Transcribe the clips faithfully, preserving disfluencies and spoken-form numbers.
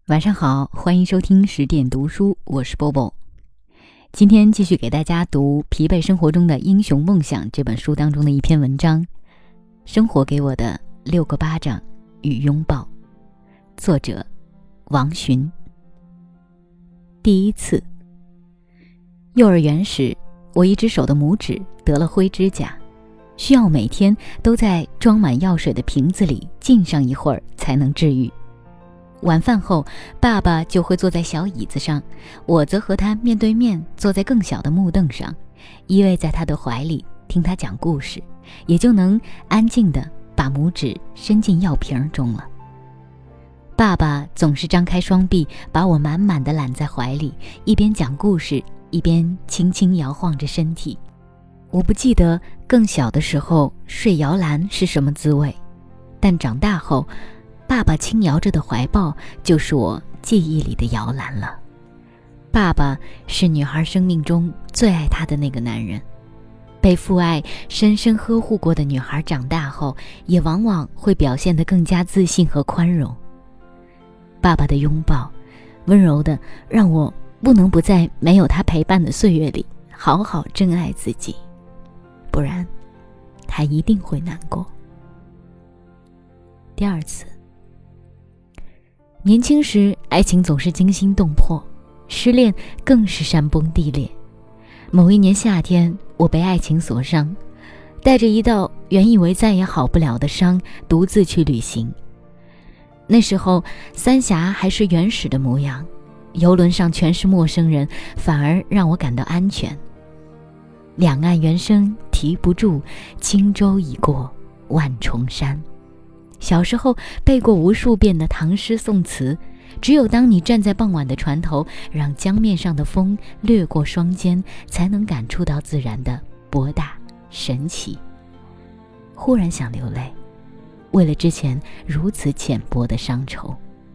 晚上好，欢迎收听十点读书，我是波波。今天继续给大家读《疲惫生活中的英雄梦想》这本书当中的一篇文章，生活给我的六个巴掌与拥抱，作者王洵。第一次，幼儿园时，我一只手的拇指得了灰指甲，需要每天都在装满药水的瓶子里浸上一会儿才能治愈。晚饭后，爸爸就会坐在小椅子上，我则和他面对面坐在更小的木凳上，依偎在他的怀里听他讲故事，也就能安静地把拇指伸进药瓶中了。爸爸总是张开双臂，把我满满地揽在怀里，一边讲故事，一边轻轻摇晃着身体。我不记得更小的时候睡摇篮是什么滋味，但长大后爸爸轻摇着的怀抱就是我记忆里的摇篮了。爸爸是女孩生命中最爱她的那个男人，被父爱深深呵护过的女孩长大后也往往会表现得更加自信和宽容。爸爸的拥抱温柔的让我不能不在没有他陪伴的岁月里好好珍爱自己，不然他一定会难过。第二次，年轻时爱情总是惊心动魄，失恋更是山崩地裂。某一年夏天，我被爱情所伤，带着一道原以为再也好不了的伤独自去旅行。那时候三峡还是原始的模样，游轮上全是陌生人，反而让我感到安全。两岸猿声啼不住，轻舟已过万重山。小时候背过无数遍的唐诗宋词，只有当你站在傍晚的船头，让江面上的风掠过双肩，才能感触到自然的博大神奇。忽然想流泪，为了之前如此浅薄的伤愁。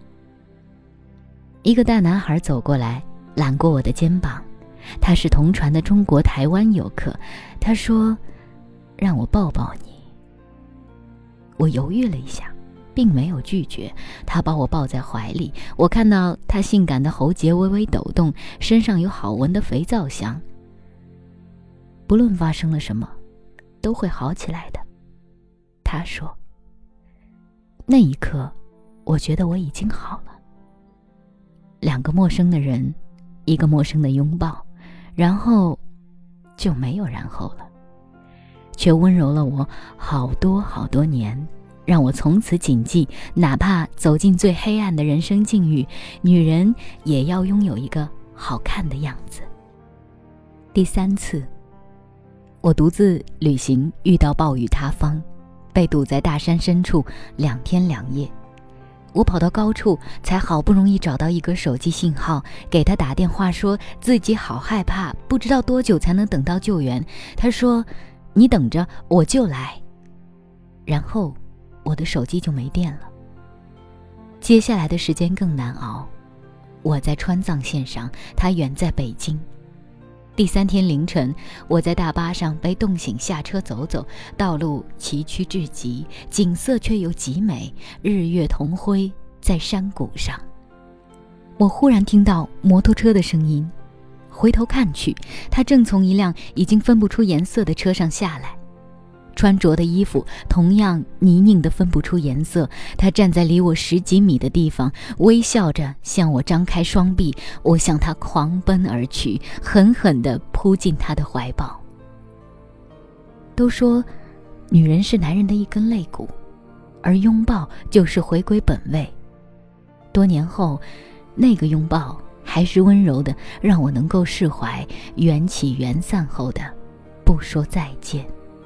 一个大男孩走过来，揽过我的肩膀，他是同船的中国台湾游客，他说让我抱抱你。我犹豫了一下，并没有拒绝，他把我抱在怀里，我看到他性感的喉结微微抖动，身上有好闻的肥皂香。不论发生了什么，都会好起来的，他说。那一刻，我觉得我已经好了。两个陌生的人，一个陌生的拥抱，然后就没有然后了，却温柔了我好多好多年，让我从此谨记，哪怕走进最黑暗的人生境遇，女人也要拥有一个好看的样子。第三次，我独自旅行，遇到暴雨塌方，被堵在大山深处两天两夜。我跑到高处，才好不容易找到一个手机信号，给他打电话说自己好害怕，不知道多久才能等到救援。他说你等着，我就来。然后我的手机就没电了。接下来的时间更难熬，我在川藏线上，他远在北京。第三天凌晨，我在大巴上被冻醒，下车走走，道路崎岖至极，景色却又极美，日月同辉在山谷上。我忽然听到摩托车的声音，回头看去，他正从一辆已经分不出颜色的车上下来，穿着的衣服同样泥泞的分不出颜色。他站在离我十几米的地方，微笑着向我张开双臂，我向他狂奔而去，狠狠地扑进他的怀抱。都说女人是男人的一根肋骨，而拥抱就是回归本位。多年后，那个拥抱还是温柔的，让我能够释怀缘起缘散后的不说再见。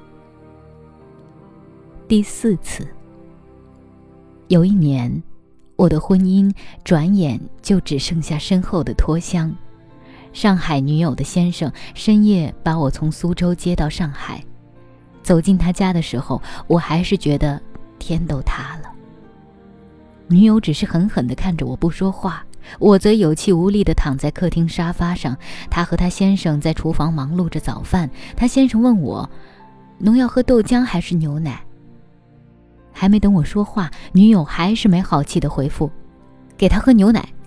第四次，有一年，我的婚姻转眼就只剩下身后的脱缰。上海女友的先生深夜把我从苏州接到上海，走进他家的时候，我还是觉得天都塌了。女友只是狠狠地看着我不说话，我则有气无力地躺在客厅沙发上。他和他先生在厨房忙碌着早饭，他先生问我，侬要喝豆浆还是牛奶？还没等我说话，女友还是没好气地回复，给他喝牛奶，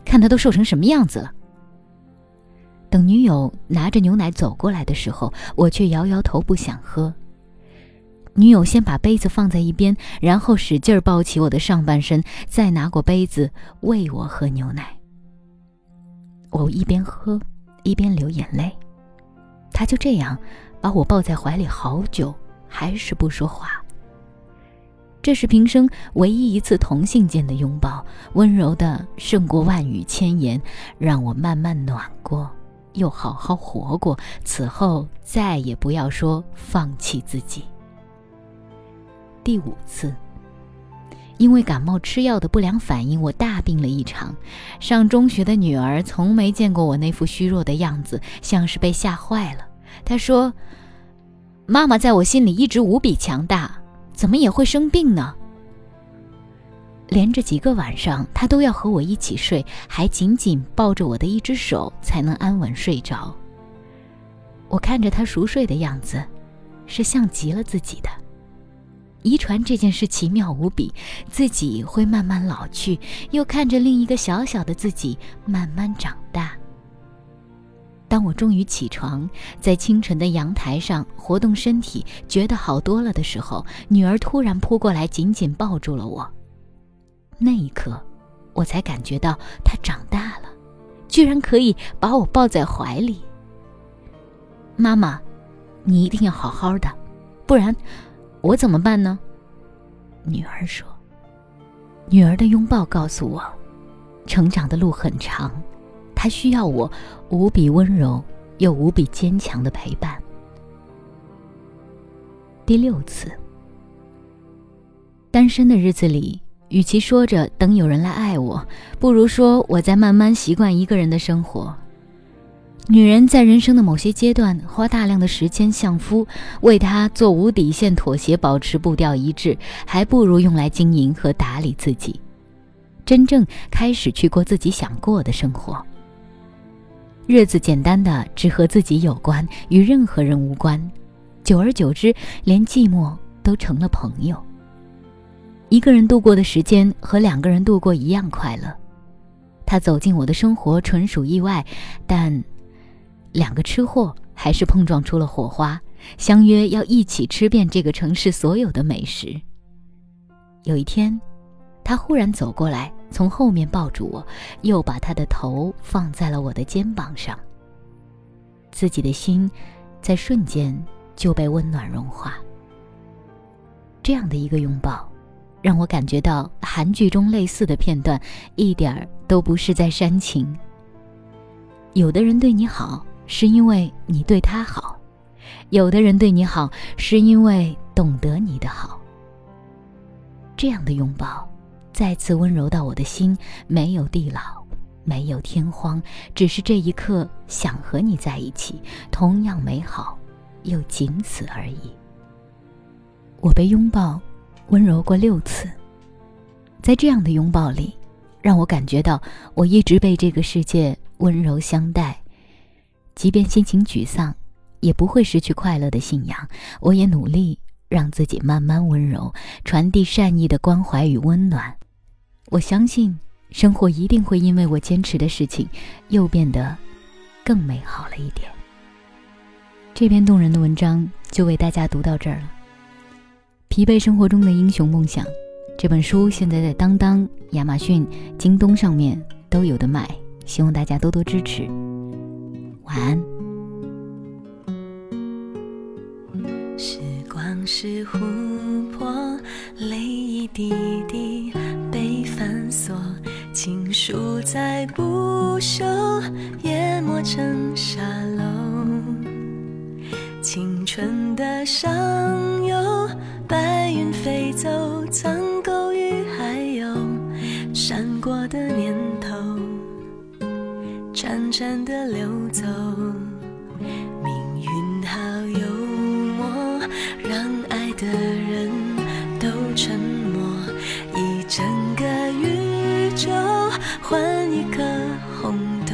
看他都瘦成什么样子了。等女友拿着牛奶走过来的时候，我却摇摇头不想喝。女友先把杯子放在一边，然后使劲抱起我的上半身，再拿过杯子喂我喝牛奶。我一边喝一边流眼泪，她就这样把我抱在怀里好久，还是不说话。这是平生唯一一次同性间的拥抱，温柔的胜过万语千言，让我慢慢暖过，又好好活过，此后再也不要说放弃自己。第五次，因为感冒吃药的不良反应，我大病了一场。上中学的女儿从没见过我那副虚弱的样子，像是被吓坏了。她说，妈妈在我心里一直无比强大，怎么也会生病呢？连着几个晚上，她都要和我一起睡，还紧紧抱着我的一只手才能安稳睡着。我看着她熟睡的样子，是像极了自己的。遗传这件事奇妙无比，自己会慢慢老去，又看着另一个小小的自己慢慢长大。当我终于起床，在清晨的阳台上活动身体，觉得好多了的时候，女儿突然扑过来紧紧抱住了我。那一刻，我才感觉到她长大了，居然可以把我抱在怀里。妈妈，你一定要好好的，不然我怎么办呢？女儿说。女儿的拥抱告诉我，成长的路很长，她需要我无比温柔又无比坚强的陪伴。第六次，单身的日子里，与其说着等有人来爱我，不如说我在慢慢习惯一个人的生活。女人在人生的某些阶段花大量的时间相夫，为他做无底线妥协，保持步调一致，还不如用来经营和打理自己，真正开始去过自己想过的生活。日子简单的只和自己有关，与任何人无关，久而久之，连寂寞都成了朋友。一个人度过的时间和两个人度过一样快乐。他走进我的生活纯属意外，但两个吃货还是碰撞出了火花，相约要一起吃遍这个城市所有的美食。有一天，他忽然走过来，从后面抱住我，又把他的头放在了我的肩膀上。自己的心在瞬间就被温暖融化。这样的一个拥抱，让我感觉到韩剧中类似的片段一点儿都不是在煽情。有的人对你好，是因为你对他好；有的人对你好，是因为懂得你的好。这样的拥抱再次温柔到我的心，没有地老，没有天荒，只是这一刻想和你在一起，同样美好，又仅此而已。我被拥抱温柔过六次，在这样的拥抱里，让我感觉到我一直被这个世界温柔相待。即便心情沮丧，也不会失去快乐的信仰。我也努力让自己慢慢温柔，传递善意的关怀与温暖。我相信生活一定会因为我坚持的事情又变得更美好了一点。这篇动人的文章就为大家读到这儿了。疲惫生活中的英雄梦想，这本书现在在当当、亚马逊、京东上面都有的卖，希望大家多多支持。晚安。 时光是琥珀，泪一滴滴被反锁，情书在不朽，淹没成沙漏。青春的上游，白云飞走，苍狗与海鸥，闪过的年头，潺潺的流走。命运好幽默，让爱的人都沉默，一整个宇宙换一颗红豆。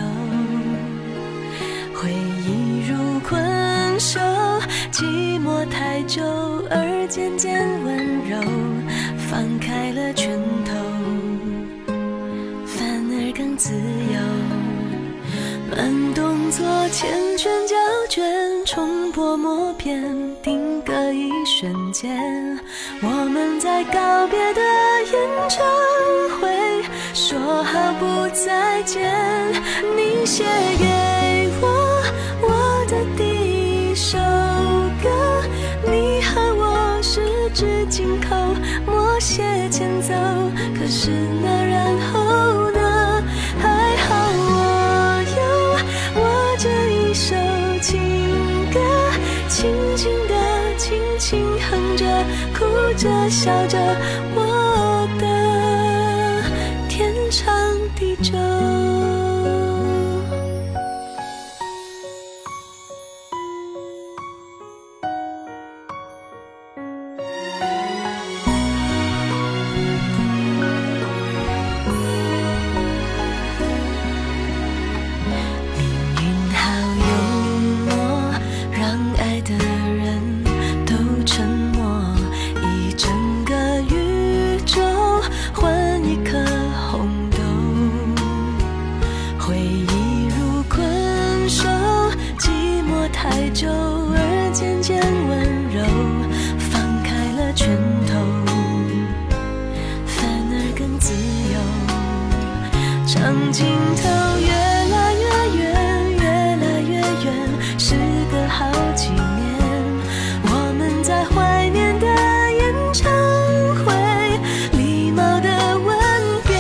回忆如困兽，寂寞太久而渐渐温柔，放开了拳头，反而更自由，慢动作缱绻胶卷，重播默片，定格一瞬间，我们在告别的演唱会说好不再见。你写给我我的第一首歌，你和我十指紧扣，默写前奏，可是那然后呢？还好我有我这一首情歌，轻轻地轻轻哼着，哭着笑着，我的天长地久。太久而渐渐温柔，放开了拳头，反而更自由。长镜头越来越远，越来越远，时隔好几年，我们在怀念的演唱会，礼貌的吻别。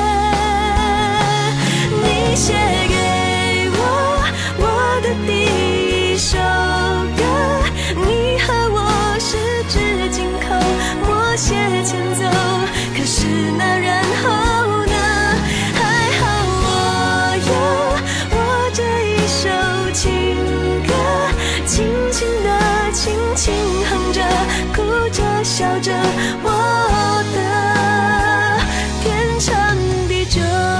你写给我我的第一首歌，你和我十指紧扣，默写前奏，可是那然后呢？还好我有我这一首情歌，轻轻地轻轻哼着，哭着笑着，我的天长地久。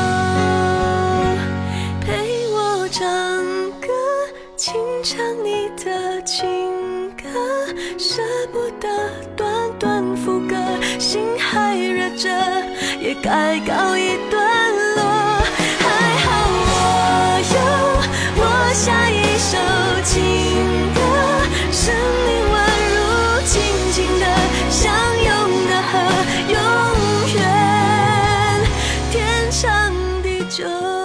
陪我唱歌，轻唱你的情歌，舍不得短短副歌，心还热着，也该告一段落。还好我有我下一首情歌，生命宛如静静的相拥的河，永远天长地久。